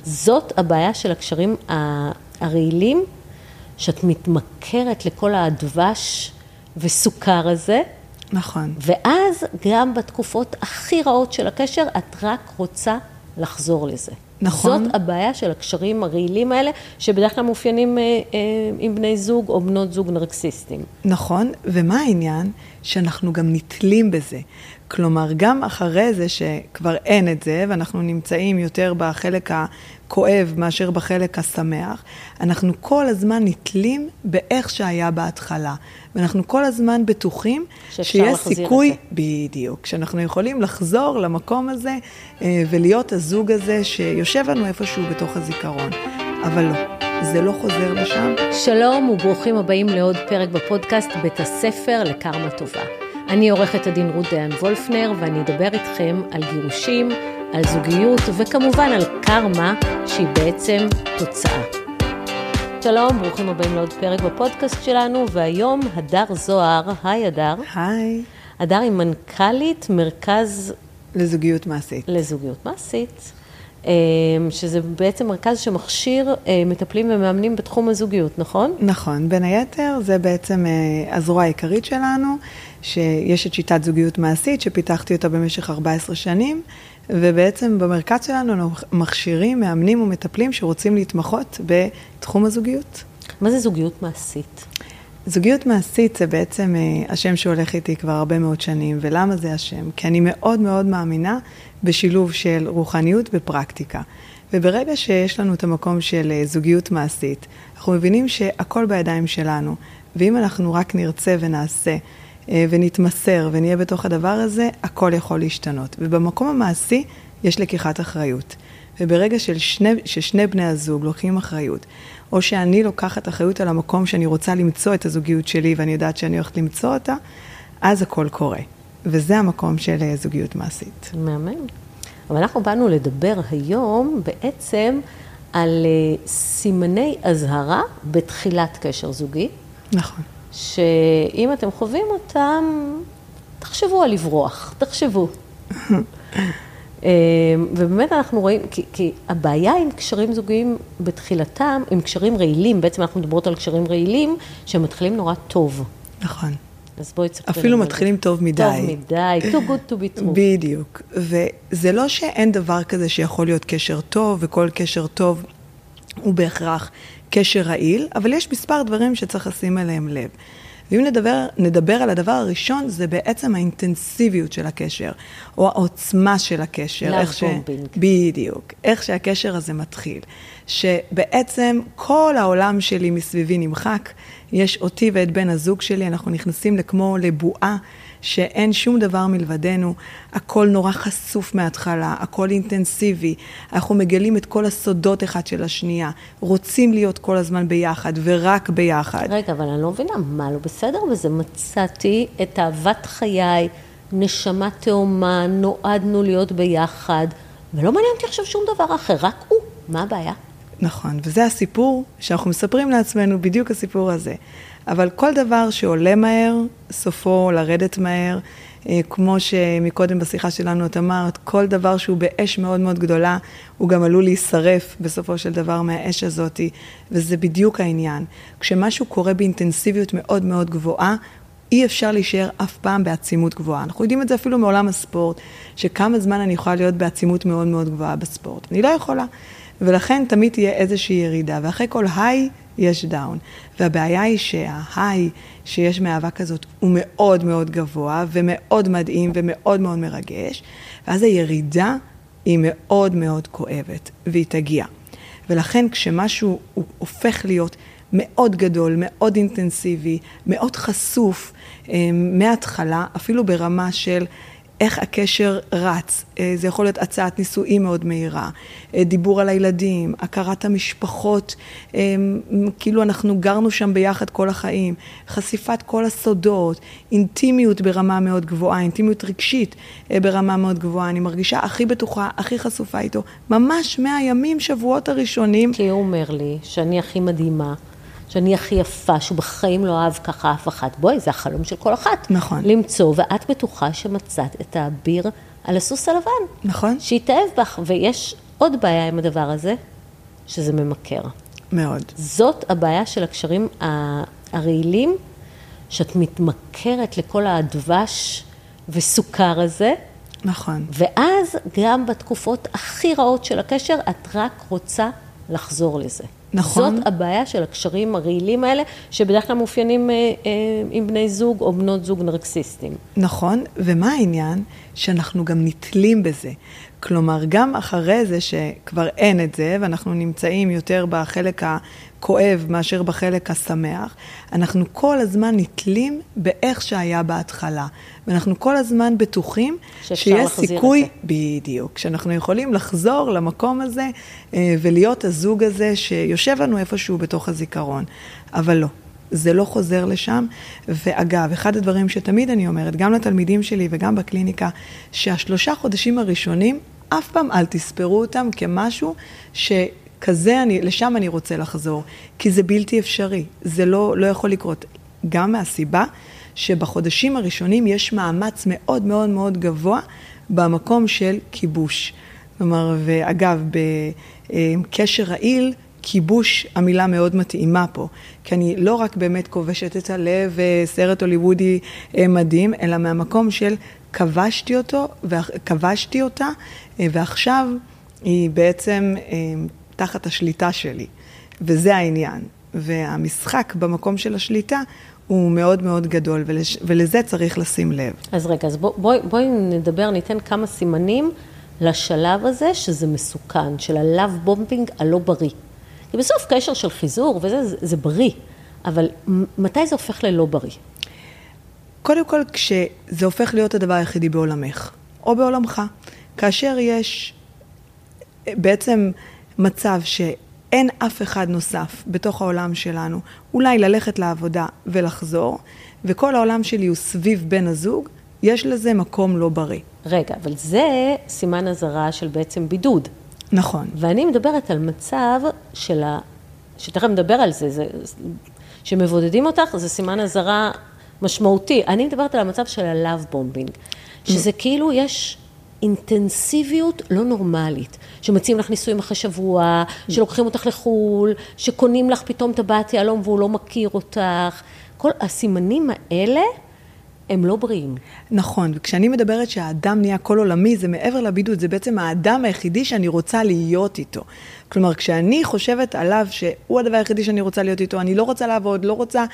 זאת הבעיה של הקשרים הרעילים, שאת מתמכרת לכל הדבש וסוכר הזה. נכון. ואז גם בתקופות הכי רעות של הקשר, את רק רוצה לחזור לזה. נכון. זאת הבעיה של הקשרים הרעילים האלה, שבדרך כלל מאופיינים עם בני זוג או בנות זוג נרקסיסטים. נכון, ומה העניין? שאנחנו גם נתלים בזה. כלומר, גם אחרי זה שכבר אין את זה, ואנחנו נמצאים יותר בחלק הכואב מאשר בחלק השמח, אנחנו כל הזמן נתלים באיך שהיה בהתחלה. ואנחנו כל הזמן בטוחים שיש סיכוי, בדיוק, שאנחנו יכולים לחזור למקום הזה ולהיות הזוג הזה שיושב לנו איפשהו בתוך הזיכרון. אבל לא, זה לא חוזר לשם. שלום וברוכים הבאים לעוד פרק בפודקאסט בית הספר לקרמה טובה. אני עורכת הדין רות דיין וולפנר ואני אדבר איתכם על גירושים, על זוגיות וכמובן על קרמה שהיא בעצם תוצאה. שלום, ברוכים הבאים לעוד פרק בפודקאסט שלנו, והיום הדר זוהר, היי הדר. היי. הדר היא מנכ"לית מרכז לזוגיות מעשית. לזוגיות מעשית, שזה בעצם מרכז שמכשיר מטפלים ומאמנים בתחום הזוגיות, נכון? נכון, בין היתר זה בעצם הזרוע העיקרית שלנו, שיש את שיטת זוגיות מעשית שפיתחתי אותה במשך 14 שנים, ובעצם במרכז שלנו אנחנו מכשירים, מאמנים ומטפלים שרוצים להתמחות בתחום הזוגיות. מה זה זוגיות מעשית? זוגיות מעשית זה בעצם השם שהולך איתי כבר הרבה מאוד שנים, ולמה זה השם? כי אני מאוד מאוד מאמינה בשילוב של רוחניות ופרקטיקה. וברגע שיש לנו את המקום של זוגיות מעשית, אנחנו מבינים שהכל בידיים שלנו, ואם אנחנו רק נרצה ונעשה, ונתמסר ונהיה בתוך הדבר הזה, הכל יכול להשתנות. ובמקום המעשי יש לקיחת אחריות. וברגע ששני בני הזוג לוקחים אחריות, או שאני לוקחת אחריות על המקום שאני רוצה למצוא את הזוגיות שלי, ואני יודעת שאני הולכת למצוא אותה, אז הכל קורה. וזה המקום של זוגיות מעשית. מאמן. אבל אנחנו באנו לדבר היום בעצם על סימני הזהרה בתחילת קשר זוגי. נכון. שאם אתם חווים אותם, תחשבו על לברוח, תחשבו. ובאמת אנחנו רואים, כי הבעיה עם קשרים זוגיים בתחילתם, עם קשרים רעילים, בעצם אנחנו מדברות על קשרים רעילים, שהם מתחילים נורא טוב. נכון. אז בואי תספרי. אפילו מתחילים טוב מדי. טוב מדי, too good to be true. בדיוק. וזה לא שאין דבר כזה שיכול להיות קשר טוב, וכל קשר טוב הוא בהכרח קשר רעיל, אבל יש מספר דברים שצריך לשים אליהם לב. ואם נדבר על הדבר הראשון, זה בעצם האינטנסיביות של הקשר, או העוצמה של הקשר. בדיוק. איך שהקשר הזה מתחיל. שבעצם כל העולם שלי מסביבי נמחק, יש אותי ואת בן הזוג שלי, אנחנו נכנסים כמו לבועה, שאין שום דבר מלבדנו, הכל נורא חשוף מההתחלה, הכל אינטנסיבי, אנחנו מגלים את כל הסודות אחד של השנייה, רוצים להיות כל הזמן ביחד ורק ביחד. רגע, אבל אני לא מבינה, מה לא בסדר בזה? מצאתי את אהבת חיי, נשמה תאומה, נועדנו להיות ביחד, ולא מעניין אותי עכשיו שום דבר אחר, רק הוא, מה הבעיה? נכון, וזה הסיפור שאנחנו מספרים לעצמנו, בדיוק הסיפור הזה. אבל כל דבר שעולה מהר, סופו לרדת מהר, כמו שמקודם בשיחה שלנו את אמרת, כל דבר שהוא באש מאוד מאוד גדולה, הוא גם עלול להישרף בסופו של דבר מהאש הזאת, וזה בדיוק העניין. כשמשהו קורה באינטנסיביות מאוד מאוד גבוהה, אי אפשר להישאר אף פעם בעצימות גבוהה. אנחנו יודעים את זה אפילו מעולם הספורט, שכמה זמן אני יכולה להיות בעצימות מאוד מאוד גבוהה בספורט. אני לא יכולה. ולכן תמיד תהיה איזושהי ירידה, ואחרי כל היי יש דאון. והבעיה היא שההיי שיש מאהבה כזאת הוא מאוד מאוד גבוה, ומאוד מדהים ומאוד מאוד מרגש, ואז הירידה היא מאוד מאוד כואבת, והיא תגיע. ולכן כשמשהו הוא הופך להיות מאוד גדול, מאוד אינטנסיבי, מאוד חשוף מההתחלה, אפילו ברמה של איך הקשר רץ, זה יכול להיות הצעת נישואים מאוד מהירה, דיבור על הילדים, הכרת המשפחות, כאילו אנחנו גרנו שם ביחד כל החיים, חשיפת כל הסודות, אינטימיות ברמה מאוד גבוהה, אינטימיות רגשית ברמה מאוד גבוהה, אני מרגישה הכי בטוחה, הכי חשופה איתו, ממש מהימים, שבועות הראשונים. כי הוא אומר לי שאני הכי מדהימה, שאני הכי יפה, שהוא בחיים לא אהב ככה אף אחת. בואי, זה החלום של כל אחת. נכון. למצוא, ואת בטוחה שמצאת את האביר על הסוס הלבן. נכון. שהתאהב בך, ויש עוד בעיה עם הדבר הזה. שזה ממכר. מאוד. זאת הבעיה של הקשרים הרעילים, שאת מתמכרת לכל הדבש וסוכר הזה. נכון. ואז גם בתקופות הכי רעות של הקשר, את רק רוצה לחזור לזה. נכון. זאת הבעיה של הקשרים הרעילים האלה, שבדרך כלל מאופיינים עם בני זוג או בנות זוג נרקסיסטים. נכון, ומה העניין? שאנחנו גם נתלים בזה. כלומר, גם אחרי זה שכבר אין את זה, ואנחנו נמצאים יותר בחלק הכואב מאשר בחלק השמח, אנחנו כל הזמן נתלים באיך שהיה בהתחלה. ואנחנו כל הזמן בטוחים שיש סיכוי, בדיוק, שאנחנו יכולים לחזור למקום הזה ולהיות הזוג הזה שיושב לנו איפשהו בתוך הזיכרון. אבל לא. זה לא חוזר לשם, ואגב, אחד הדברים שתמיד אני אומרת, גם לתלמידים שלי וגם בקליניקה, שה3 חודשים הראשונים, אף פעם אל תספרו אותם כמשהו שכזה, לשם אני רוצה לחזור, כי זה בלתי אפשרי, זה לא יכול לקרות. גם מהסיבה שבחודשים הראשונים יש מאמץ מאוד מאוד מאוד גבוה במקום של כיבוש. כלומר, ואגב, בקשר רעיל, כיבוש, המילה מאוד מתאימה פה, כי אני לא רק באמת כובשת את הלב וסרט הוליוודי מדהים, אלא מהמקום של כבשתי אותה, ועכשיו היא בעצם תחת השליטה שלי, וזה העניין. והמשחק במקום של השליטה הוא מאוד מאוד גדול, ולזה צריך לשים לב. אז רגע, אז בואי נדבר, ניתן כמה סימנים לשלב הזה, שזה מסוכן, של הלאב בומפינג הלא בריא. כי בסוף קשר של חיזור וזה, זה בריא, אבל מתי זה הופך ללא בריא? קודם כל, כשזה הופך להיות הדבר היחידי בעולמך, או בעולמך, כאשר יש בעצם מצב שאין אף אחד נוסף בתוך העולם שלנו, אולי ללכת לעבודה ולחזור, וכל העולם שלי הוא סביב בן הזוג, יש לזה מקום לא בריא. רגע, אבל זה סימן הזרה של בעצם בידוד. נכון. ואני מדברת על מצב שתכף מדבר על זה, שמבודדים אותך, זה סימן הזרה משמעותי. אני מדברת על המצב של הלאב בומבינג, שזה כאילו יש אינטנסיביות לא נורמלית, שמציעים לך ניסויים אחרי שבוע, שלוקחים אותך לחול, שקונים לך פתאום טבעת יהלום והוא לא מכיר אותך. כל הסימנים האלה הם לא בריאים. נכון, וכשאני מדברת שהאדם נהיה כל עולמי, זה מעבר לבידוד, זה בעצם האדם היחידי שאני רוצה להיות איתו. כלומר, כשאני חושבת עליו שהוא הדבר היחידי שאני רוצה להיות איתו, אני לא רוצה לעבוד, לא רוצה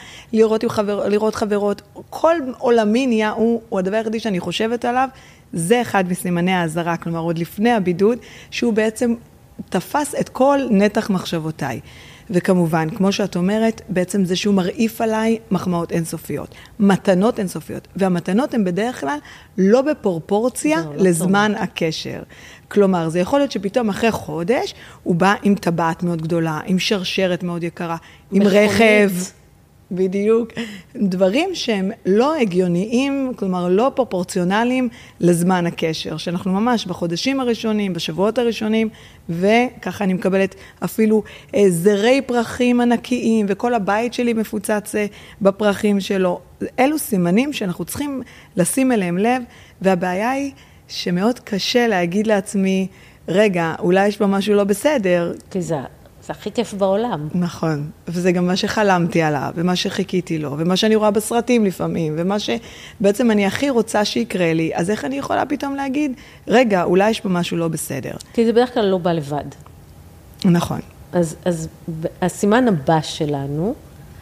לראות חברות, כל עולמי נהיה הוא הדבר היחידי שאני חושבת עליו, זה אחד מסימני ההזרה, כלומר, עוד לפני הבידוד, שהוא בעצם תפס את כל נתח מחשבותיי. וכמובן, כמו שאת אומרת, בעצם זה שהוא מרעיף עליי מחמאות אינסופיות, מתנות אינסופיות, והמתנות הן בדרך כלל לא בפרופורציה לזמן הקשר. כלומר, זה יכול להיות שפתאום אחרי חודש, הוא בא עם טבעת מאוד גדולה, עם שרשרת מאוד יקרה, עם רכב, בדיוק, דברים שהם לא הגיוניים, כלומר לא פרופורציונליים לזמן הקשר, שאנחנו ממש בחודשים הראשונים, בשבועות הראשונים, וככה אני מקבלת אפילו זרי פרחים ענקיים, וכל הבית שלי מפוצץ בפרחים שלו. אלו סימנים שאנחנו צריכים לשים אליהם לב, והבעיה היא שמאוד קשה להגיד לעצמי, רגע, אולי יש בה משהו לא בסדר. כי זה הכי כיף בעולם. נכון, וזה גם מה שחלמתי עליו, ומה שחיכיתי לו, ומה שאני רואה בסרטים לפעמים, ומה שבעצם אני הכי רוצה שיקרה לי, אז איך אני יכולה פתאום להגיד, רגע, אולי יש פה משהו לא בסדר. כי זה בדרך כלל לא בא לבד. נכון. אז הסימן הבא שלנו,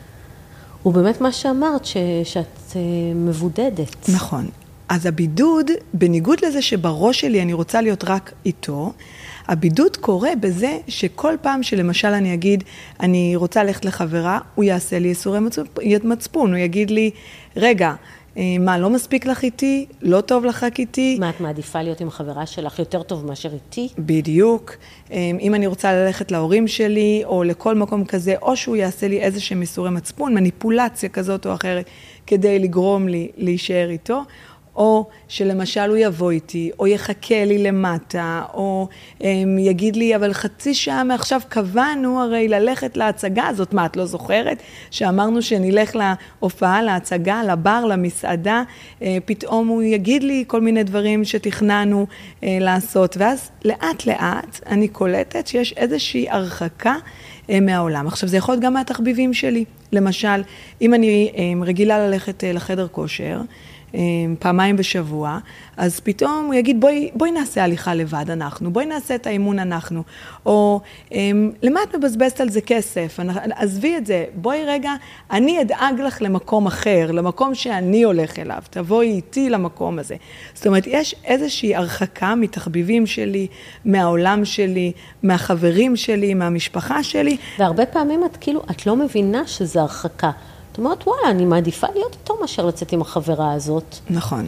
הוא באמת מה שאמרת, שאת מבודדת. נכון. אז הבידוד, בניגוד לזה שבראש שלי אני רוצה להיות רק איתו, הבידוד קורה בזה שכל פעם שלמשל אני אגיד, אני רוצה ללכת לחברה, הוא יעשה לי איסורי מצפון, הוא יגיד לי, רגע, מה, לא מספיק לך איתי? לא טוב לך איתי? מה, את מעדיפה להיות עם החברה שלך יותר טוב מאשר איתי? בדיוק. אם אני רוצה ללכת להורים שלי, או לכל מקום כזה, או שהוא יעשה לי איזשהם איסורי מצפון, מניפולציה כזאת או אחרת, כדי לגרום לי להישאר איתו, או שלמשל הוא יבוא איתי, או יחכה לי למטה, או יגיד לי, אבל חצי שעה מעכשיו קבענו הרי ללכת להצגה הזאת, מה, את לא זוכרת? שאמרנו שנלך להופעה, להצגה, לבר, למסעדה, פתאום הוא יגיד לי כל מיני דברים שתכננו לעשות, ואז לאט לאט אני קולטת שיש איזושהי הרחקה מהעולם. עכשיו, זה יכול להיות גם מהתחביבים שלי. למשל, אם אני רגילה ללכת לחדר כושר, פעמיים בשבוע, אז פתאום הוא יגיד, בואי נעשה הליכה לבד אנחנו, בואי נעשה את האימון אנחנו, או למה את מבזבזת על זה כסף? עזבי את זה, בואי רגע, אני אדאג לך למקום אחר, למקום שאני הולך אליו, תבואי איתי למקום הזה. זאת אומרת, יש איזושהי הרחקה מתחביבים שלי, מהעולם שלי, מהחברים שלי, מהמשפחה שלי. והרבה פעמים את לא מבינה שזה הרחקה. זאת אומרת, וואלה, אני מעדיפה להיות איתו מאשר לצאת עם החברה הזאת. נכון.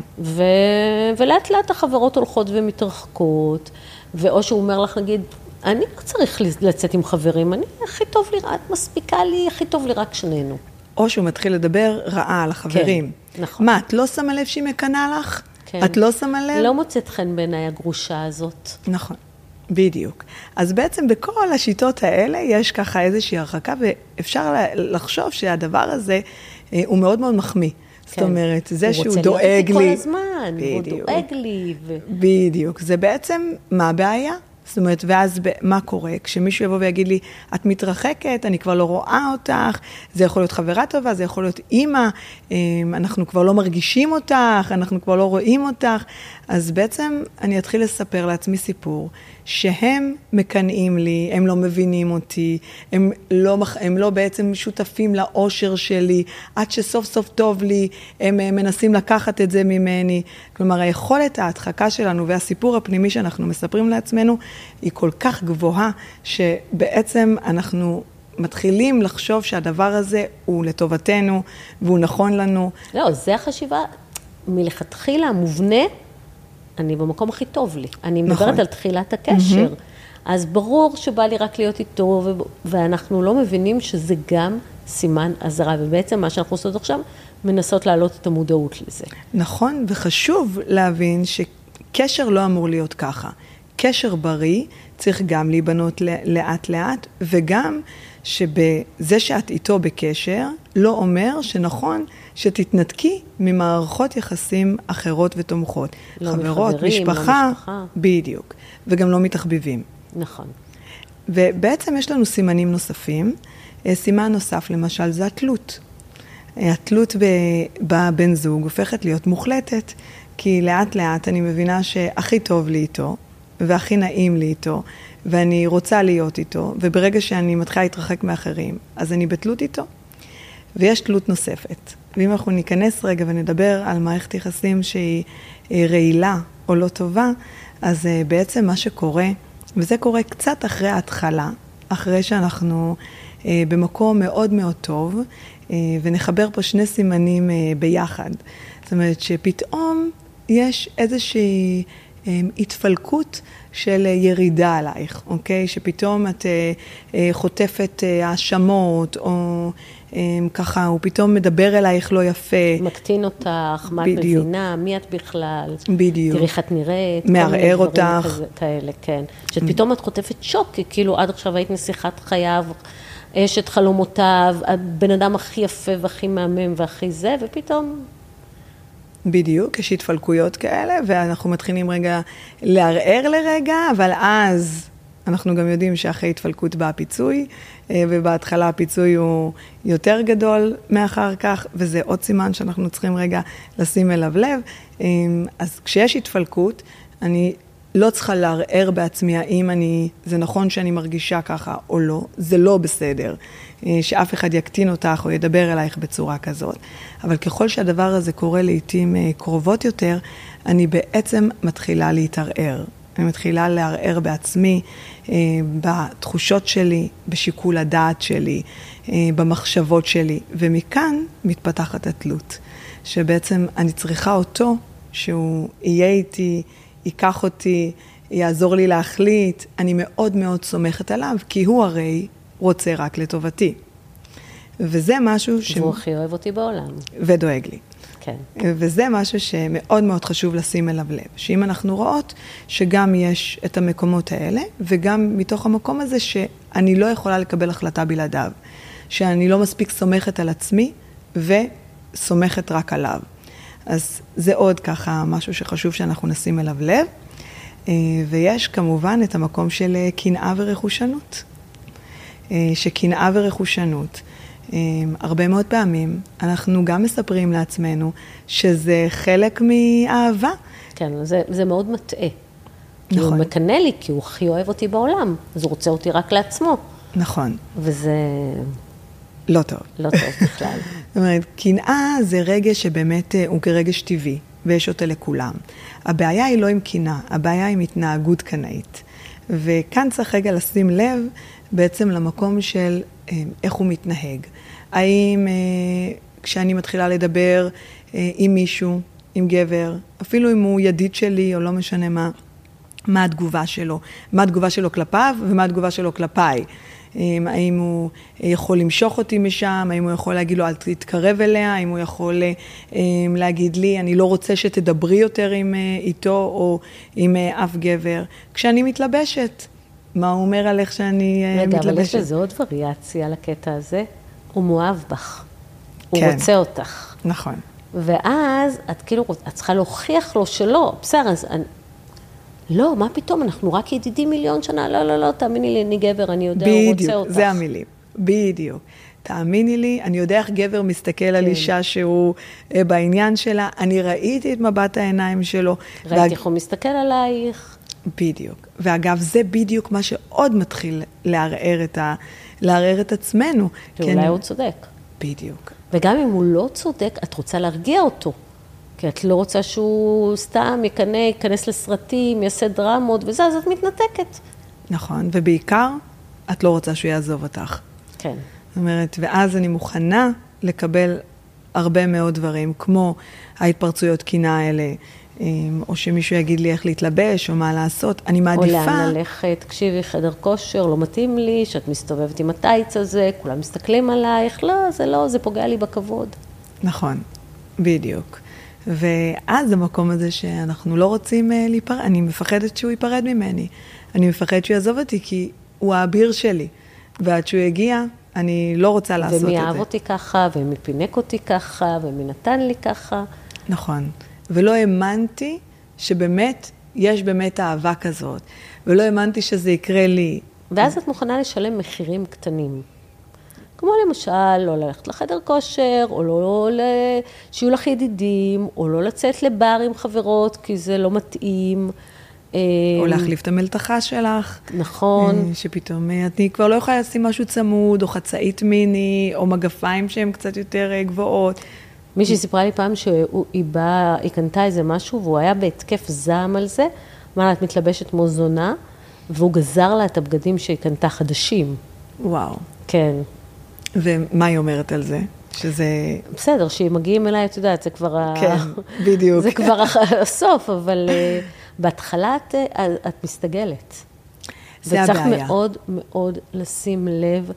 ולאט לאט החברות הולכות ומתרחקות, ואו שהוא אומר לך, נגיד, אני לא צריך לצאת עם חברים, אני הכי טוב לי, את מספיקה לי, הכי טוב לי רק שנינו. או שהוא מתחיל לדבר רעה על החברים. כן, נכון. מה, את לא שמה לב שהיא מקנה לך? כן. את לא שמה לב? לא מוצאת חן בעיניי הגרושה הזאת. נכון. בדיוק. אז בעצם בכל השיטות האלה יש ככה איזושהי הרחקה, ואפשר לחשוב שהדבר הזה הוא מאוד מאוד מחמיא. כן. זאת אומרת, זה שהוא דואג לי. הוא רוצה להיות כל הזמן, בדיוק. הוא דואג לי. בדיוק. זה בעצם מה הבעיה? זאת אומרת, ואז מה קורה? כשמישהו יבוא ויגיד לי, את מתרחקת, אני כבר לא רואה אותך, זה יכול להיות חברה טובה, זה יכול להיות אימא, אנחנו כבר לא מרגישים אותך, אנחנו כבר לא רואים אותך, אז בעצם אני אתחיל לספר לעצמי סיפור, שהם מקנאים לי, הם לא מבינים אותי, הם לא בעצם שותפים לאושר שלי, עד שסוף סוף טוב לי, הם מנסים לקחת את זה ממני. כלומר, היכולת ההדחקה שלנו והסיפור הפנימי שאנחנו מספרים לעצמנו, היא כל כך גבוהה, שבעצם אנחנו מתחילים לחשוב שהדבר הזה הוא לטובתנו, והוא נכון לנו. לא, זה החשיבה מלכתחילה המובנה, אני במקום הכי טוב לי. אני מדברת נכון. על תחילת הקשר. אז ברור שבא לי רק להיות איתו, ואנחנו לא מבינים שזה גם סימן עזרה. ובעצם מה שאנחנו עושות עכשיו, מנסות להעלות את המודעות לזה. נכון, וחשוב להבין שקשר לא אמור להיות ככה. קשר בריא צריך גם להיבנות לאט לאט, וגם שבזה שאת איתו בקשר, לא אומר שנכון שתתנתקי ממערכות יחסים אחרות ותומכות. לא חברות, מחברים, משפחה, לא משפחה. בדיוק, וגם לא מתחביבים. נכון. ובעצם יש לנו סימנים נוספים. סימן נוסף למשל זה התלות. התלות בבן זוג הופכת להיות מוחלטת, כי לאט לאט אני מבינה שהכי טוב לי איתו, והכי נעים לי איתו, ואני רוצה להיות איתו, וברגע שאני מתחילה להתרחק מאחרים, אז אני בתלות איתו. ויש תלות נוספת. ואם אנחנו ניכנס רגע ונדבר על מערכת יחסים שהיא רעילה או לא טובה, אז בעצם מה שקורה, וזה קורה קצת אחרי ההתחלה, אחרי שאנחנו במקום מאוד מאוד טוב, ונחבר פה שני סימנים ביחד. זאת אומרת שפתאום יש איזושהי התפלקות של ירידה עלייך, אוקיי? שפתאום את חוטפת האשמות, או ככה, הוא פתאום מדבר אלייך לא יפה. מקטין אותך, מה את מבינה, מי את בכלל. בדיוק. תראי איך את נראית. מערער אותך. כאלה, כן. שפתאום את חוטפת שוק, כי כאילו עד עכשיו היית נסיכת חייו, אשת חלומותיו, הבן אדם הכי יפה והכי מהמם והכי זה, ופתאום... בדיוק, יש התפלקויות כאלה, ואנחנו מתחילים רגע לערער לרגע, אבל אז אנחנו גם יודעים שאחרי התפלקות בא הפיצוי, ובהתחלה הפיצוי הוא יותר גדול מאחר כך, וזה עוד סימן שאנחנו צריכים רגע לשים אליו לב. אז כשיש התפלקות, אני לא צריכה לערער בעצמי, האם זה נכון שאני מרגישה ככה או לא, זה לא בסדר, שאף אחד יקטין אותך או ידבר אלייך בצורה כזאת. אבל ככל שהדבר הזה קורה לעתים קרובות יותר, אני בעצם מתחילה להתערער. אני מתחילה לערער בעצמי, בתחושות שלי, בשיקול הדעת שלי, במחשבות שלי, ומכאן מתפתחת התלות, שבעצם אני צריכה אותו, שהוא יהיה איתי, ייקח אותי, יעזור לי להחליט, אני מאוד מאוד סומכת עליו, כי הוא הרי רוצה רק לטובתי. וזה משהו והוא הכי אוהב אותי בעולם. ודואג לי. כן. וזה משהו שמאוד מאוד חשוב לשים אליו לב. שאם אנחנו רואות שגם יש את המקומות האלה, וגם מתוך המקום הזה שאני לא יכולה לקבל החלטה בלעדיו. שאני לא מספיק סומכת על עצמי, וסומכת רק עליו. אז זה עוד ככה משהו שחשוב שאנחנו נשים אליו לב. ויש כמובן את המקום של קנאה ורכושנות. שקנאה ורכושנות, הרבה מאוד פעמים אנחנו גם מספרים לעצמנו שזה חלק מאהבה. כן, זה מאוד מטעה. נכון. הוא מקנה לי כי הוא הכי אוהב אותי בעולם, אז הוא רוצה אותי רק לעצמו. נכון. וזה לא טוב. לא טוב בכלל. זאת אומרת, קנאה זה רגש שבאמת הוא כרגש טבעי, ויש אותו לכולם. הבעיה היא לא עם קנאה, הבעיה היא עם התנהגות קנאית. וכאן צריך רגע לשים לב בעצם למקום של איך הוא מתנהג. האם כשאני מתחילה לדבר עם מישהו, עם גבר, אפילו אם הוא ידיד שלי או לא משנה מה התגובה שלו. מה התגובה שלו כלפיו ומה התגובה שלו כלפיי. האם הוא יכול למשוך אותי משם, האם הוא יכול להגיד לו אל תתקרב אליה, האם הוא יכול להגיד לי אני לא רוצה שתדברי יותר איתו או עם אף גבר. כשאני מתלבשת, מה הוא אומר על איך שאני מתלבשת? רגע, אבל יש לזה עוד וריאציה לקטע הזה. הוא מאוהב בך. כן. הוא רוצה אותך. נכון. ואז את כאילו, את צריכה להוכיח לו שלא. בסדר, אז לא, מה פתאום? אנחנו רק ידידים מיליון שנה. לא, לא, לא, תאמיני לי, אני גבר, אני יודע, הוא רוצה אותך. בדיוק, זה המילים. בדיוק. תאמיני לי, אני יודע איך גבר מסתכל על אישה שהוא בעניין שלה. אני ראיתי את מבט העיניים שלו. ראיתי איך הוא מסתכל עלייך. בדיוק. ואגב, זה בדיוק מה שעוד מתחיל לערער את עצמנו. ואולי הוא צודק. בדיוק. וגם אם הוא לא צודק, את רוצה להרגיע אותו. כי את לא רוצה שהוא סתם ייכנס לסרטים, יעשה דרמות וזה, אז את מתנתקת. נכון, ובעיקר, את לא רוצה שהוא יעזוב אותך. כן. זאת אומרת, ואז אני מוכנה לקבל הרבה מאוד דברים, כמו ההתפרצויות קנאה האלה, או שמישהו יגיד לי איך להתלבש, או מה לעשות. אני מעדיפה... או לאן ללכת, תקשיבי, חדר כושר, לא מתאים לי, שאת מסתובבת עם הטייץ הזה, כולם מסתכלים עלייך, לא, זה לא, זה פוגע לי בכבוד. נכון, בדיוק. ואז המקום הזה שאנחנו לא רוצים להיפרד, אני מפחדת שהוא ייפרד ממני. אני מפחדת שהוא יעזוב אותי, כי הוא האביר שלי. ועד שהוא יגיע, אני לא רוצה לעשות את זה. ומי אהב אותי ככה, ומי פינק אותי ככה, ומי נתן לי ככה. נכון. ולא האמנתי שבאמת, יש באמת אהבה כזאת. ולא האמנתי שזה יקרה לי. ואז את מוכנה לשלם מחירים קטנים. כמו למשל, לא ללכת לחדר כושר, או לא שיהיו לך ידידים, או לא לצאת לבר עם חברות, כי זה לא מתאים. או להחליף את המלתחה שלך. נכון. שפתאום אני כבר לא יכולה לשים משהו צמוד, או חצאית מיני, או מגפיים שהן קצת יותר גבוהות. מישהי סיפרה לי פעם שהיא קנתה איזה משהו, והוא היה בהתקף זעם על זה, אמרה לה, את מתלבשת כמו זונה, והוא גזר לה את הבגדים שהיא קנתה חדשים. וואו. כן. ומה היא אומרת על זה? שזה... בסדר, שהיא מגיעים אליי, את יודעת, זה כבר... כן, בדיוק. זה כבר הסוף, אבל בהתחלה את מסתגלת. זה הבעיה. וצריך מאוד מאוד לשים לב,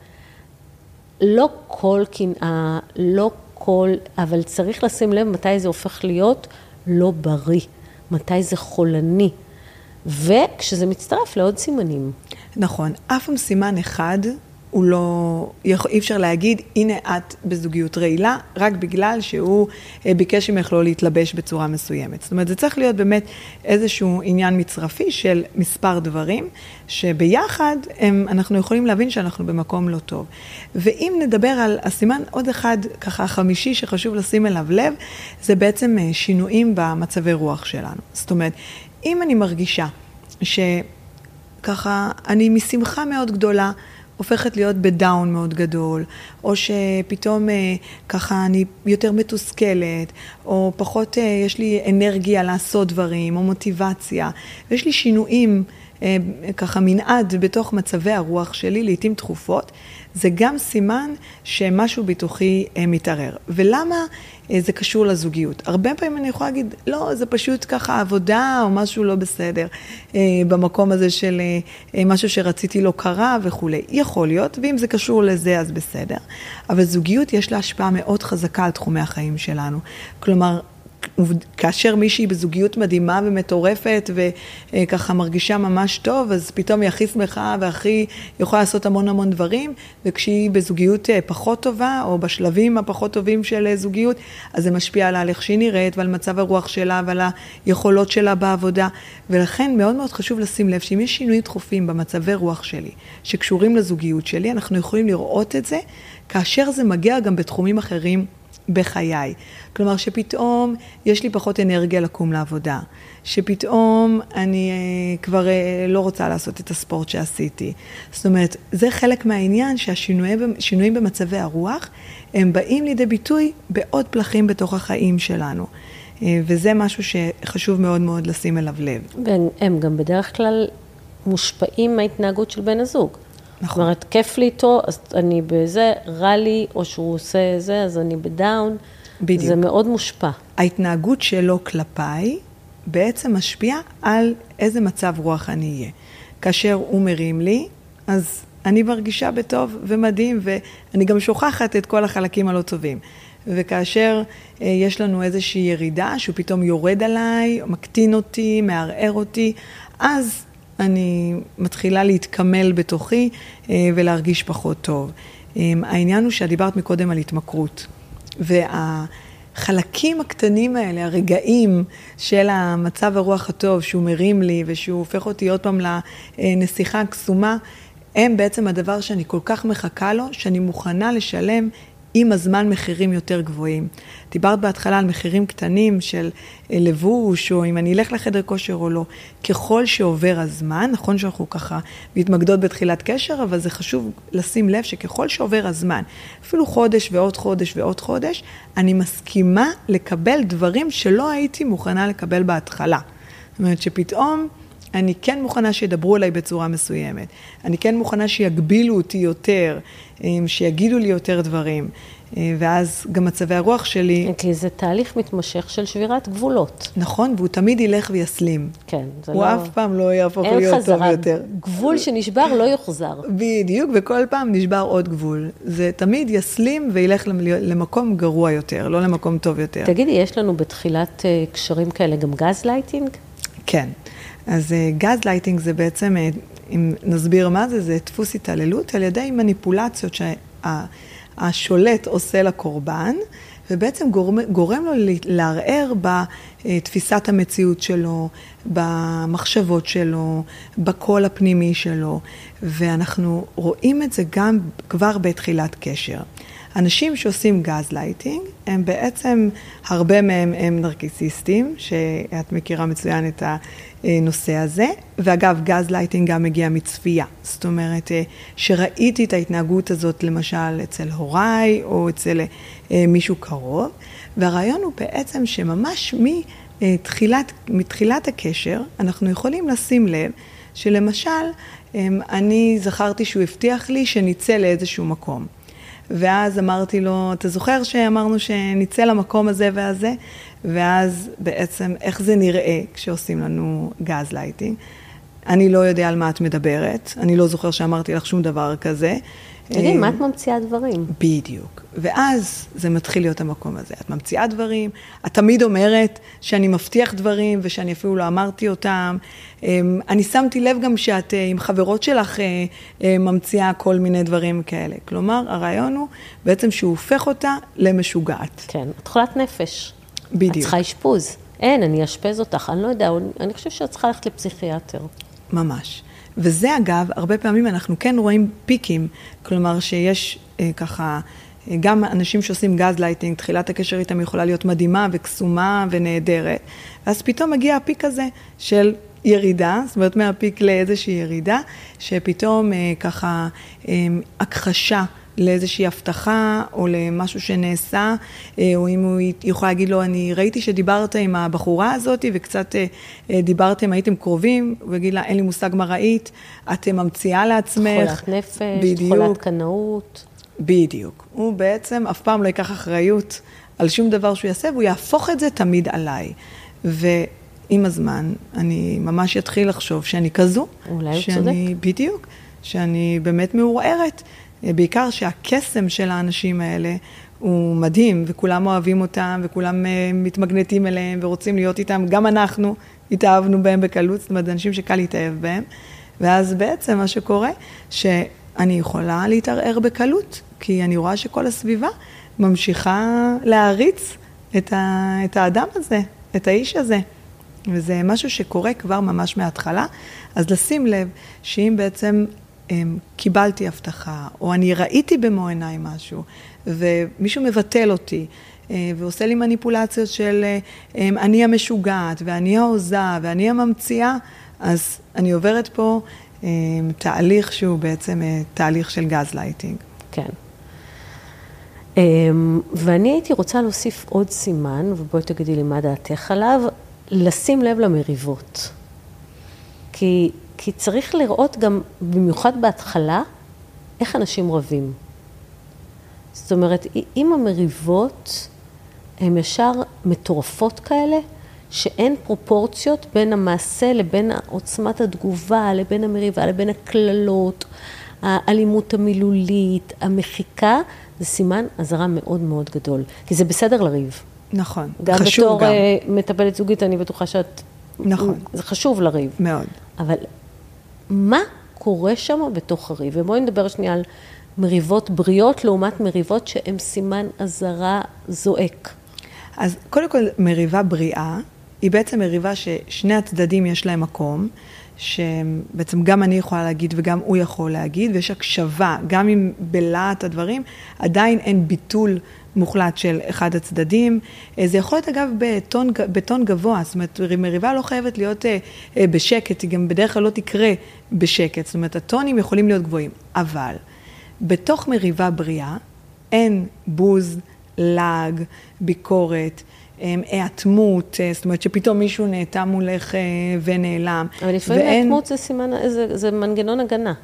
לא כל קנאה, לא כל, אבל צריך לשים לב מתי זה הופך להיות לא בריא, מתי זה חולני, וכשזה מצטרף לעוד סימנים. נכון, אף סימן אחד הוא לא, אי אפשר להגיד, הנה את בזוגיות רעילה, רק בגלל שהוא ביקש ממך לא להתלבש בצורה מסוימת. זאת אומרת, זה צריך להיות באמת איזשהו עניין מצרפי של מספר דברים, שביחד אנחנו יכולים להבין שאנחנו במקום לא טוב. ואם נדבר על הסימן עוד אחד, ככה חמישי שחשוב לשים אליו לב, זה בעצם שינויים במצבי רוח שלנו. זאת אומרת, אם אני מרגישה שככה אני משמחה מאוד גדולה, הופכת להיות בדאון מאוד גדול, או שפתאום ככה אני יותר מתוסכלת, או פחות יש לי אנרגיה לעשות דברים, או מוטיבציה, ויש לי שינויים ככה מנעד בתוך מצבי הרוח שלי, לעתים תכופות, זה גם סימן שמשהו בתוכי מתערער. ולמה זה קשור לזוגיות? הרבה פעמים אני יכולה להגיד, לא, זה פשוט ככה עבודה או משהו לא בסדר, במקום הזה של משהו שרציתי לא קרה וכו'. יכול להיות, ואם זה קשור לזה אז בסדר. אבל זוגיות יש לה השפעה מאוד חזקה על תחומי החיים שלנו. כלומר, כאשר מישהי בזוגיות מדהימה ומטורפת וככה מרגישה ממש טוב, אז פתאום היא הכי שמחה והכי יכולה לעשות המון דברים, וכשהיא בזוגיות פחות טובה או בשלבים הפחות טובים של זוגיות, אז זה משפיע על איך שהיא נראית ועל מצב הרוח שלה ועל היכולות שלה בעבודה, ולכן מאוד מאוד חשוב לשים לב שאם יש שינויים דחופים במצבי רוח שלי שקשורים לזוגיות שלי, אנחנו יכולים לראות את זה כאשר זה מגיע גם בתחומים אחרים בחיי. כלומר שפתאום יש לי פחות אנרגיה לקום לעבודה, שפתאום אני כבר לא רוצה לעשות את הספורט שעשיתי. זאת אומרת, זה חלק מהעניין שהשינויים במצבי הרוח הם באים לידי ביטוי בעוד פלחים בתוך החיים שלנו. וזה משהו שחשוב מאוד מאוד לשים אליו לב. והם גם בדרך כלל מושפעים מההתנהגות של בן הזוג. נכון. זאת אומרת, כיף לי איתו, אז אני בזה, רע לי, או שהוא עושה זה, אז אני בדאון. בדיוק. זה מאוד מושפע. ההתנהגות שלו כלפיי בעצם משפיע על איזה מצב רוח אני אהיה. כאשר הוא מרים לי, אז אני מרגישה בטוב ומדהים, ואני גם שוכחת את כל החלקים הלא טובים. וכאשר יש לנו איזושהי ירידה, שהוא פתאום יורד עליי, מקטין אותי, מערער אותי, אז אני מתחילה להתקמל בתוכי ולהרגיש פחות טוב. העניין הוא שדיברת מקודם על התמכרות, והחלקים הקטנים האלה, הרגעים של המצב הרוח הטוב שהוא מרים לי ושהוא הופך אותי עוד פעם לנסיכה קסומה, הם בעצם הדבר שאני כל כך מחכה לו, שאני מוכנה לשלם עם הזמן מחירים יותר גבוהים. דיברת בהתחלה על מחירים קטנים של לבוש, או אם אני אלך לחדר כושר או לא. ככל שעובר הזמן, נכון שאנחנו ככה מתמקדות בתחילת קשר, אבל זה חשוב לשים לב שככל שעובר הזמן, אפילו חודש ועוד חודש ועוד חודש, אני מסכימה לקבל דברים שלא הייתי מוכנה לקבל בהתחלה. זאת אומרת שפתאום אני כן מוכנה שידברו עליי בצורה מסוימת. אני כן מוכנה שיגבילו אותי יותר, שיגידו לי יותר דברים. ואז גם מצבי הרוח שלי... כי זה תהליך מתמשך של שבירת גבולות. נכון, והוא תמיד ילך ויסלים. כן, זה הוא אף פעם לא יהפוך להיות טוב יותר. גבול שנשבר לא יוחזר. בדיוק, וכל פעם נשבר עוד גבול. זה תמיד יסלים וילך למקום גרוע יותר, לא למקום טוב יותר. תגידי, יש לנו בתחילת קשרים כאלה גם גז לייטינג? כן. אז גז לייטינג זה בעצם, אם נסביר מה זה, זה דפוס התעללות על ידי מניפולציות שהשולט עושה לקורבן, ובעצם גורם לו לערער בתפיסת המציאות שלו, במחשבות שלו, בקול הפנימי שלו, ואנחנו רואים את זה גם כבר בתחילת קשר. אנשים שעושים גז לייטינג, הם בעצם, הרבה מהם הם נרקיסיסטים, שאת מכירה מצוין את הנושא הזה, ואגב, גז לייטינג גם מגיע מצפייה. זאת אומרת, שראיתי את ההתנהגות הזאת, למשל, אצל הוריי, או אצל מישהו קרוב, והרעיון הוא בעצם שממש מתחילת הקשר, אנחנו יכולים לשים לב, שלמשל, אני זכרתי שהוא הבטיח לי שניצא לאיזשהו מקום. ואז אמרתי לו, אתה זוכר שאמרנו שניצא למקום הזה והזה? ואז בעצם איך זה נראה כשעושים לנו גז לייטינג? אני לא יודע על מה את מדברת, אני לא זוכר שאמרתי לך שום דבר כזה. תראי, מה את ממציאה דברים? בדיוק. ואז זה מתחיל להיות המקום הזה. את ממציאה דברים, את תמיד אומרת שאני מבטיח דברים ושאני אפילו לא אמרתי אותם. אני שמתי לב גם שאת עם חברות שלך ממציאה כל מיני דברים כאלה. כלומר, הרעיון הוא בעצם שהוא הופך אותה למשוגעת. כן, את חולת נפש. בדיוק. את צריכה אשפוז. אין, אני אשפז אותך, אני לא יודע, אני חושב שאת צריכה ללכת לפסיכיאטר. ממש. וזה אגב, הרבה פעמים אנחנו כן רואים פיקים, כלומר שיש ככה, גם אנשים שעושים גז לייטינג, תחילת הקשר איתם יכולה להיות מדהימה וקסומה ונהדרת, ואז פתאום מגיע הפיק הזה של ירידה, זאת אומרת מהפיק לאיזושהי ירידה, שפתאום ככה הכחשה לאיזושהי הבטחה, או למשהו שנעשה, או אם הוא יכול להגיד לו, אני ראיתי שדיברת עם הבחורה הזאת, וקצת דיברתם, הייתם קרובים, הוא יגיד לה, אין לי מושג מה ראית, את ממציאה לעצמך. חולת נפש, חולת קנאות. בדיוק. הוא בעצם אף פעם לא ייקח אחריות על שום דבר שהוא יעשה, והוא יהפוך את זה תמיד עליי. ועם הזמן, אני ממש אתחיל לחשוב שאני כזו. אולי הוא צודק. בדיוק, שאני באמת מעורערת. בעיקר שהקסם של האנשים האלה הוא מדהים, וכולם אוהבים אותם, וכולם מתמגנטים אליהם, ורוצים להיות איתם. גם אנחנו התאהבנו בהם בקלות, זאת אומרת, אנשים שקל להתאהב בהם. ואז בעצם מה שקורה, שאני יכולה להתערער בקלות, כי אני רואה שכל הסביבה ממשיכה להריץ את האדם הזה, את האיש הזה. וזה משהו שקורה כבר ממש מההתחלה. אז לשים לב שאם בעצם קיבלתי הבטחה, או אני ראיתי במו עיניי משהו, ומישהו מבטל אותי, ועושה לי מניפולציות של אני המשוגעת, ואני העוזה, ואני הממציאה, אז אני עוברת פה תהליך שהוא בעצם תהליך של גזלייטינג. כן. ואני הייתי רוצה להוסיף עוד סימן, ובואי תגידי לי מה דעתך עליו, לשים לב למריבות. כי צריך לראות גם, במיוחד בהתחלה, איך אנשים רבים. זאת אומרת, אם המריבות הן ישר מטורפות כאלה, שאין פרופורציות בין המעשה לבין עוצמת התגובה, לבין המריבה, לבין הכללות, האלימות המילולית, המחיקה, זה סימן אזהרה מאוד מאוד גדול. כי זה בסדר לריב. נכון, חשוב גם. גם בתור מטפלת זוגית, אני בטוחה שאת... נכון. זה חשוב לריב. מאוד. אבל מה קורה שם בתוך הריב? ובואי נדבר שנייה על מריבות בריאות, לעומת מריבות שהן סימן אזהרה זועק. אז קודם כל, מריבה בריאה, היא בעצם מריבה ששני הצדדים יש להם מקום, שבעצם גם אני יכולה להגיד וגם הוא יכול להגיד, ויש הקשבה, גם אם בלהט הדברים, עדיין אין ביטול מוחלט של אחד הצדדים. זה יכול להיות אגב בטון גבוה, זאת אומרת, מריבה לא חייבת להיות בשקט, היא גם בדרך כלל לא תקרה בשקט, זאת אומרת, הטונים יכולים להיות גבוהים, אבל בתוך מריבה בריאה אין בוז, לעג, ביקורת, העתמות, זאת אומרת שפתאום מישהו נהייתה מולך ונעלם. אבל לפעמים העתמות זה סימן, זה מנגנון הגנה.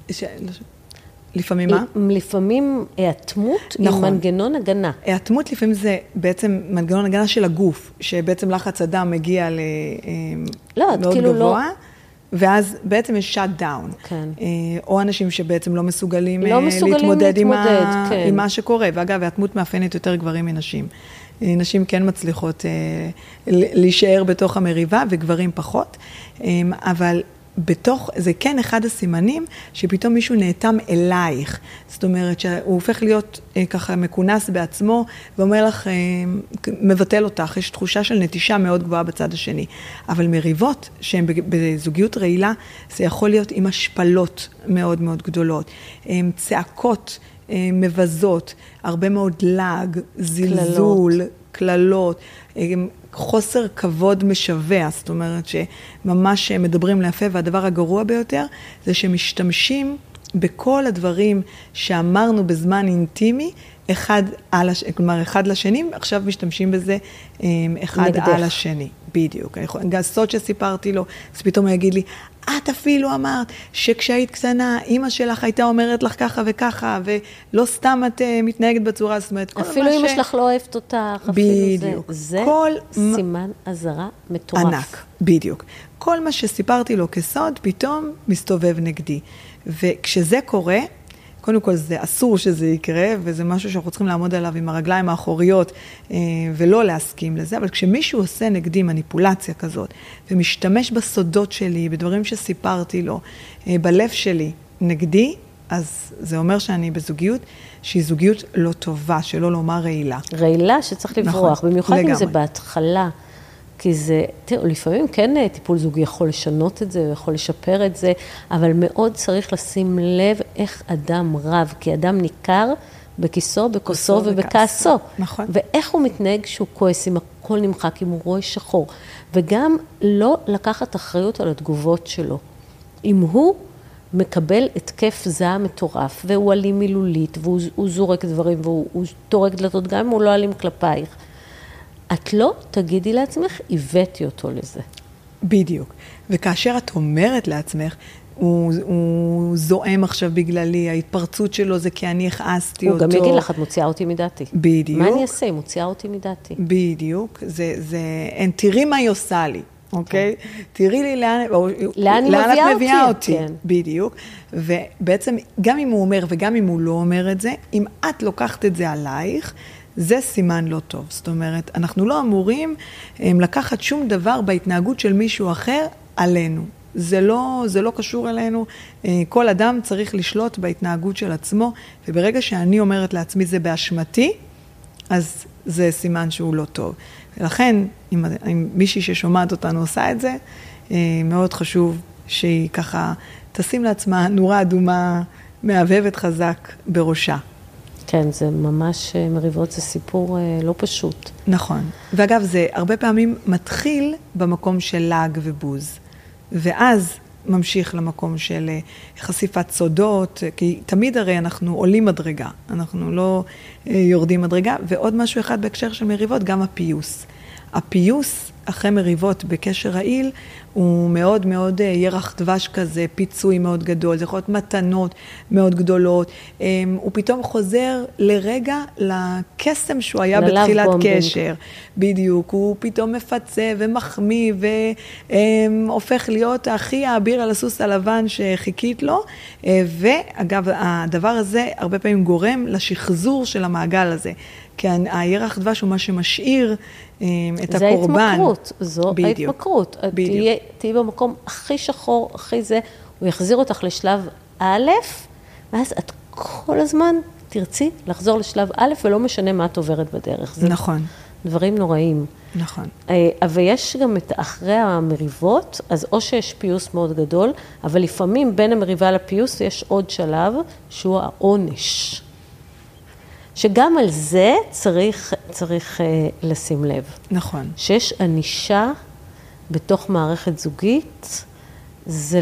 לפעמים מה? לפעמים העתמות היא מנגנון הגנה. העתמות לפעמים זה בעצם מנגנון הגנה של הגוף, שבעצם לחץ הדם מגיע מאוד גבוה. ואז בעצם יש שאט דאון. כן. או אנשים שבעצם לא מסוגלים להתמודד עם מה שקורה. ואגב, העתמות מאפיינת יותר גברים מנשים. נשים כן מצליחות להישאר בתוך המריבה, וגברים פחות. אבל זה כן אחד הסימנים שפתאום מישהו נאטם אלייך. זאת אומרת שהוא הופך להיות ככה מכונס בעצמו, ואומר לך, מבטל אותך, יש תחושה של נטישה מאוד גבוהה בצד השני. אבל מריבות שהן בזוגיות רעילה, זה יכול להיות עם השפלות מאוד מאוד גדולות, צעקות מבזות, הרבה מאוד לעג, זלזול, כללות, חוסר כבוד משווה, זאת אומרת שממש מדברים ליפה, והדבר הגרוע ביותר זה שמשתמשים בכל הדברים שאמרנו בזמן אינטימי, כלומר אחד לשני, עכשיו משתמשים בזה אחד נגדך. על השני, בדיוק. גסות שסיפרתי לו, אז פתאום הוא יגיד לי, את אפילו אמרת שכשהיית קטנה, אמא שלך הייתה אומרת לך ככה וככה, ולא סתם את מתנהגת בצורה, זאת אומרת, אפילו אמא שלך לא אוהבת אותך, בדיוק. זה סימן אזהרה מטורף. ענק, בדיוק. כל מה שסיפרתי לו כסוד, פתאום מסתובב נגדי. וכשזה קורה, קודם כל זה אסור שזה יקרה, וזה משהו שאנחנו צריכים לעמוד עליו עם הרגליים האחוריות, ולא להסכים לזה, אבל כשמישהו עושה נגדי מניפולציה כזאת, ומשתמש בסודות שלי, בדברים שסיפרתי לו, בלב שלי, נגדי, אז זה אומר שאני בזוגיות, שהיא זוגיות לא טובה, שלא לומר רעילה. רעילה שצריך לברוח, נכון, במיוחד לגמרי. אם זה בהתחלה, כי זה, תראו, לפעמים כן טיפול זוגי יכול לשנות את זה, יכול לשפר את זה, אבל מאוד צריך לשים לב איך אדם רב, כי אדם ניכר בכיסו, בכוסו ובכעסו. נכון. ואיך הוא מתנהג כשהוא כועס, אם הכל נמחק, אם הוא רואה שחור. וגם לא לקחת אחריות על התגובות שלו. אם הוא מקבל התקף זעם מטורף, והוא אלים מילולית, והוא זורק דברים, והוא טורק דלתות, גם אם הוא לא אלים כלפייך, את לא תגידי לעצמך, הבאתי אותו לזה. בדיוק. וכאשר את אומרת לעצמך, הוא זועם עכשיו בגללי, ההתפרצות שלו זה כי אני הכעסתי אותו. הוא גם יגיד לך, את מוציאה אותי מדעתי. בדיוק. מה אני אעשה? היא מוציאה אותי מדעתי. בדיוק. תראי מה היא עושה לי, אוקיי? תראי לי לאן את מביאה אותי. כן. בדיוק. ובעצם, גם אם הוא אומר וגם אם הוא לא אומר את זה, אם את לוקחת את זה עלייך, זה סימן לא טוב. זאת אומרת, אנחנו לא אמורים לקחת שום דבר בהתנהגות של מישהו אחר עלינו. זה לא קשור אלינו. כל אדם צריך לשלוט בהתנהגות של עצמו, וברגע שאני אומרת לעצמי זה באשמתי, אז זה סימן שהוא לא טוב. ולכן, אם מישהי ששומעת אותנו עושה את זה, מאוד חשוב שהיא ככה תשים לעצמה נורה אדומה מהבהבת חזק בראשה. כן, זה ממש מריבות, זה סיפור לא פשוט. נכון. ואגב, זה הרבה פעמים מתחיל במקום של לעג ובוז. ואז ממשיך למקום של חשיפת סודות, כי תמיד הרי אנחנו עולים מדרגה, אנחנו לא יורדים מדרגה. ועוד משהו אחד בהקשר של מריבות, גם הפיוס. הפיוס אחרי מריבות בקשר רעיל, הוא מאוד מאוד ירח דבש כזה, פיצוי מאוד גדול, זה יכול להיות מתנות מאוד גדדולות, הוא פתאום חוזר לרגע לקסם שהוא היה בתחילת קשר. בדיוק, הוא פתאום מפצה ומחמיא והופך להיות הכי האביר על הסוס הלבן שחיכית לו, ואגב, הדבר הזה הרבה פעמים גורם לשחזור של המעגל הזה. כי הירח דבש הוא מה שמשאיר את הקורבן. ההתמכרות, זו ההתמכרות. תהיי במקום הכי שחור, הכי זה, הוא יחזיר אותך לשלב א', ואז את כל הזמן תרצי לחזור לשלב א', ולא משנה מה את עוברת בדרך. נכון. דברים נוראים. נכון. אבל יש גם את אחרי המריבות, אז או שיש פיוס מאוד גדול, אבל לפעמים בין המריבה לפיוס יש עוד שלב, שהוא העונש. שגם על זה צריך לשים לב. נכון. שיש ענישה בתוך מערכת זוגית, זה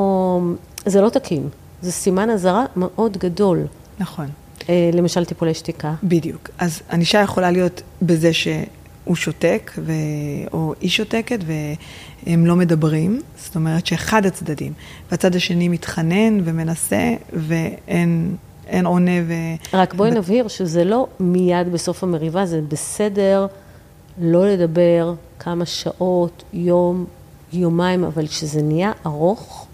לא תקין. זה סימן אזהרה מאוד גדול. נכון. למשל טיפולי שתיקה. בדיוק. אז ענישה יכולה להיות בזה שהוא שותק, או היא שותקת, והם לא מדברים. זאת אומרת שאחד הצדדים, והצד השני מתחנן ומנסה, ואין עונה רק בואי נבהיר שזה לא מיד בסוף המריבה, זה בסדר לא לדבר כמה שעות, יום, יומיים, אבל כשזה נהיה ארוך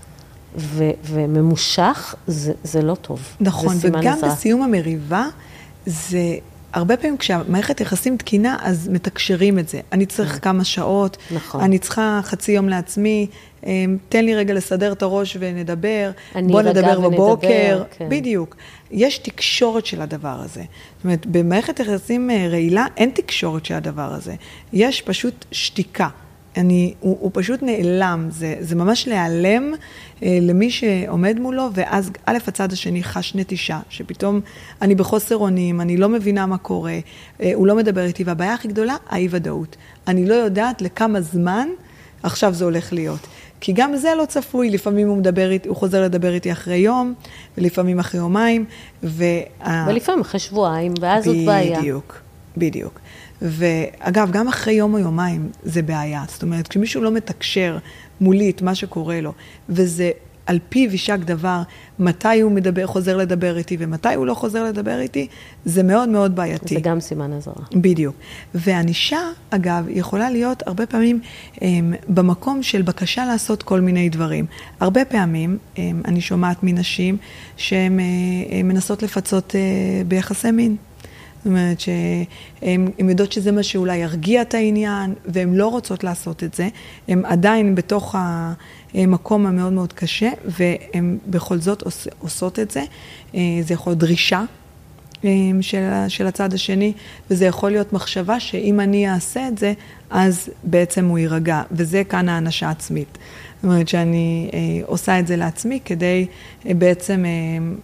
וממושך, זה לא טוב. נכון, וגם בסיום המריבה, זה הרבה פעמים כשהמערכת יחסים תקינה, אז מתקשרים את זה. אני צריך כמה שעות, אני צריכה חצי יום לעצמי, תן לי רגע לסדר את הראש ונדבר, בוא נדבר בבוקר. בדיוק. יש תקשורת של הדבר הזה. זאת אומרת, במערכת יחסים רעילה אין תקשורת של הדבר הזה. יש פשוט שתיקה. הוא פשוט נעלם, זה ממש להיעלם למי שעומד מולו, ואז א' הצד השני חש נטישה, שפתאום אני בחוסר אונים, אני לא מבינה מה קורה, הוא לא מדבר איתי, והבעיה הכי גדולה, האי-ודאות. אני לא יודעת לכמה זמן עכשיו זה הולך להיות. כי גם זה לא צפוי, לפעמים הוא חוזר לדבר איתי אחרי יום, ולפעמים אחרי יומיים, ולפעמים אחרי שבועיים, ואז זאת בעיה. בדיוק. ואגב, גם אחרי יום או יומיים זה בעיה. זאת אומרת, כשמישהו לא מתקשר מולי את מה שקורה לו, וזה על פי וישק דבר, מתי הוא חוזר לדבר איתי, ומתי הוא לא חוזר לדבר איתי, זה מאוד מאוד בעייתי. זה גם סימן אזהרה. בדיוק. והענישה, אגב, יכולה להיות הרבה פעמים במקום של בקשה לעשות כל מיני דברים. הרבה פעמים אני שומעת מנשים שהן מנסות לפצות ביחסי מין. זאת אומרת שהן יודעות שזה מה שאולי ירגיע את העניין, והן לא רוצות לעשות את זה. הן עדיין בתוך המקום המאוד מאוד קשה, והן בכל זאת עושות את זה. זה יכול להיות דרישה של הצד השני, וזה יכול להיות מחשבה שאם אני אעשה את זה, אז בעצם הוא יירגע. וזה כאן האנשה עצמית. זאת אומרת שאני עושה את זה לעצמי, כדי בעצם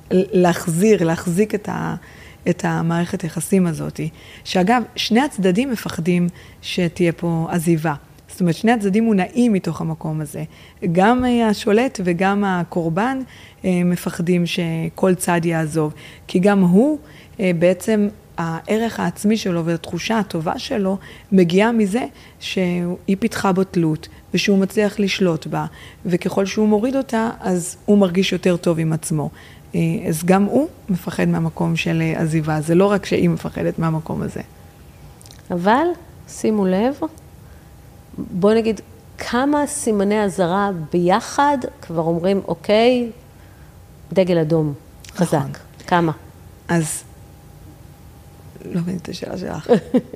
להחזיק את המערכת היחסים הזאת. שאגב, שני הצדדים מפחדים שתהיה פה עזיבה. זאת אומרת, שני הצדדים מונעים מתוך המקום הזה. גם השולט וגם הקורבן מפחדים שכל צד יעזוב. כי גם הוא בעצם הערך העצמי שלו והתחושה הטובה שלו מגיעה מזה שהיא פיתחה בו תלות ושהוא מצליח לשלוט בה. וככל שהוא מוריד אותה, אז הוא מרגיש יותר טוב עם עצמו. אז גם הוא מפחד מהמקום של עזיבה. זה לא רק שהיא מפחדת מהמקום הזה. אבל, שימו לב, בוא נגיד, כמה סימני הזרה ביחד כבר אומרים, אוקיי, דגל אדום, חזק. נכון. כמה? אז, לא מבין את השאלה שלך.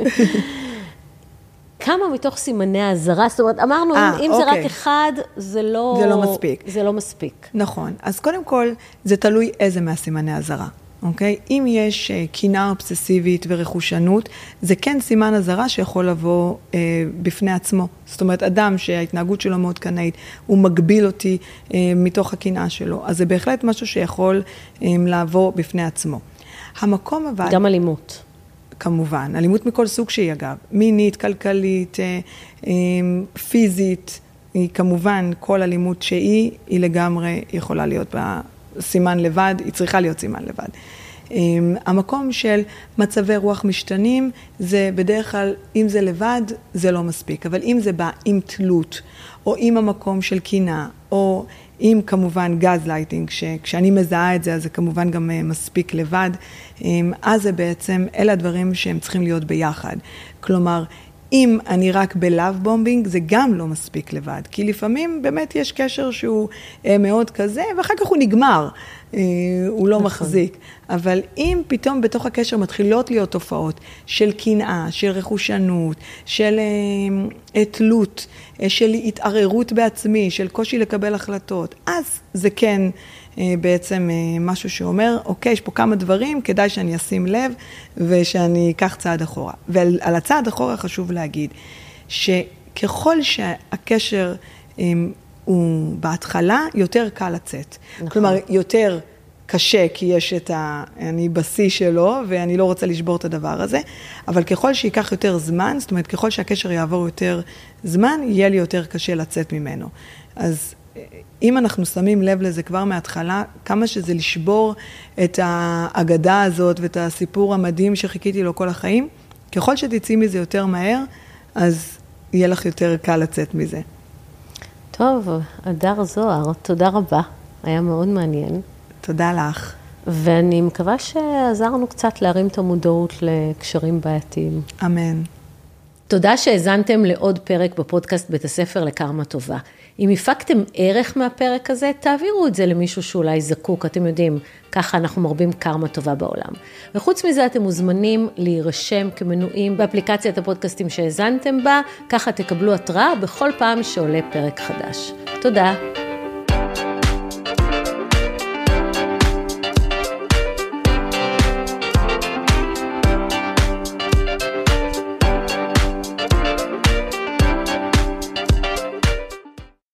כמה מתוך סימני הזרה? זאת אומרת, אמרנו, אם זה רק אחד, זה לא מספיק. זה לא מספיק. נכון. אז קודם כל, זה תלוי איזה מהסימני הזרה. אוקיי? אם יש קינה אובססיבית ורכושנות, זה כן סימן הזרה שיכול לבוא בפני עצמו. זאת אומרת, אדם שההתנהגות שלו מאוד קנאית, הוא מגביל אותי מתוך הקינה שלו. אז זה בהחלט משהו שיכול לעבור בפני עצמו. המקום אבל... גם אלימות. כמובן. אלימות מכל סוג שהיא אגב. מינית, כלכלית, פיזית. היא כמובן, כל אלימות שהיא, היא לגמרי יכולה להיות סימן לבד, היא צריכה להיות סימן לבד. המקום של מצבי רוח משתנים, זה בדרך כלל, אם זה לבד, זה לא מספיק. אבל אם זה בא עם תלות, או עם המקום של קינה, או עם כמובן גז לייטינג, כשאני מזהה את זה, אז זה כמובן גם מספיק לבד, אז זה בעצם, אלה הדברים שהם צריכים להיות ביחד. כלומר, אם אני רק בלאב בומבינג, זה גם לא מספיק לבד. כי לפעמים באמת יש קשר שהוא מאוד כזה, ואחר כך הוא נגמר. הוא לא מחזיק. אבל אם פתאום בתוך הקשר מתחילות להיות תופעות של קנאה, של רכושנות, של תלות, של התערערות בעצמי, של קושי לקבל החלטות, אז זה כן בעצם משהו שאומר, אוקיי, יש פה כמה דברים, כדאי שאני אשים לב ושאני אקח צעד אחורה. ועל הצעד אחורה חשוב להגיד, שככל שהקשר הוא בהתחלה, יותר קל לצאת. נכון. כלומר, יותר קשה, כי יש אני בשיא שלו, ואני לא רוצה לשבור את הדבר הזה, אבל ככל שיקח יותר זמן, זאת אומרת, ככל שהקשר יעבור יותר זמן, יהיה לי יותר קשה לצאת ממנו. אז אם אנחנו שמים לב לזה כבר מההתחלה, כמה שזה לשבור את האגדה הזאת ואת הסיפור המדהים שחיכיתי לו כל החיים, ככל שתצאי מזה יותר מהר, אז יהיה לך יותר קל לצאת מזה. טוב, הדר זוהר, תודה רבה. היה מאוד מעניין. תודה לך. ואני מקווה שעזרנו קצת להרים את המודעות לקשרים בעייתיים. אמן. תודה שהזנתם לעוד פרק בפודקאסט בית הספר לקרמה טובה. אם הפקתם ערך מהפרק הזה, תעבירו את זה למישהו שאולי זקוק, אתם יודעים, ככה אנחנו מרבים קרמה טובה בעולם. וחוץ מזה אתם מוזמנים להירשם כמנויים באפליקציית הפודקאסטים שהזנתם בה, ככה תקבלו התראה בכל פעם שעולה פרק חדש. תודה.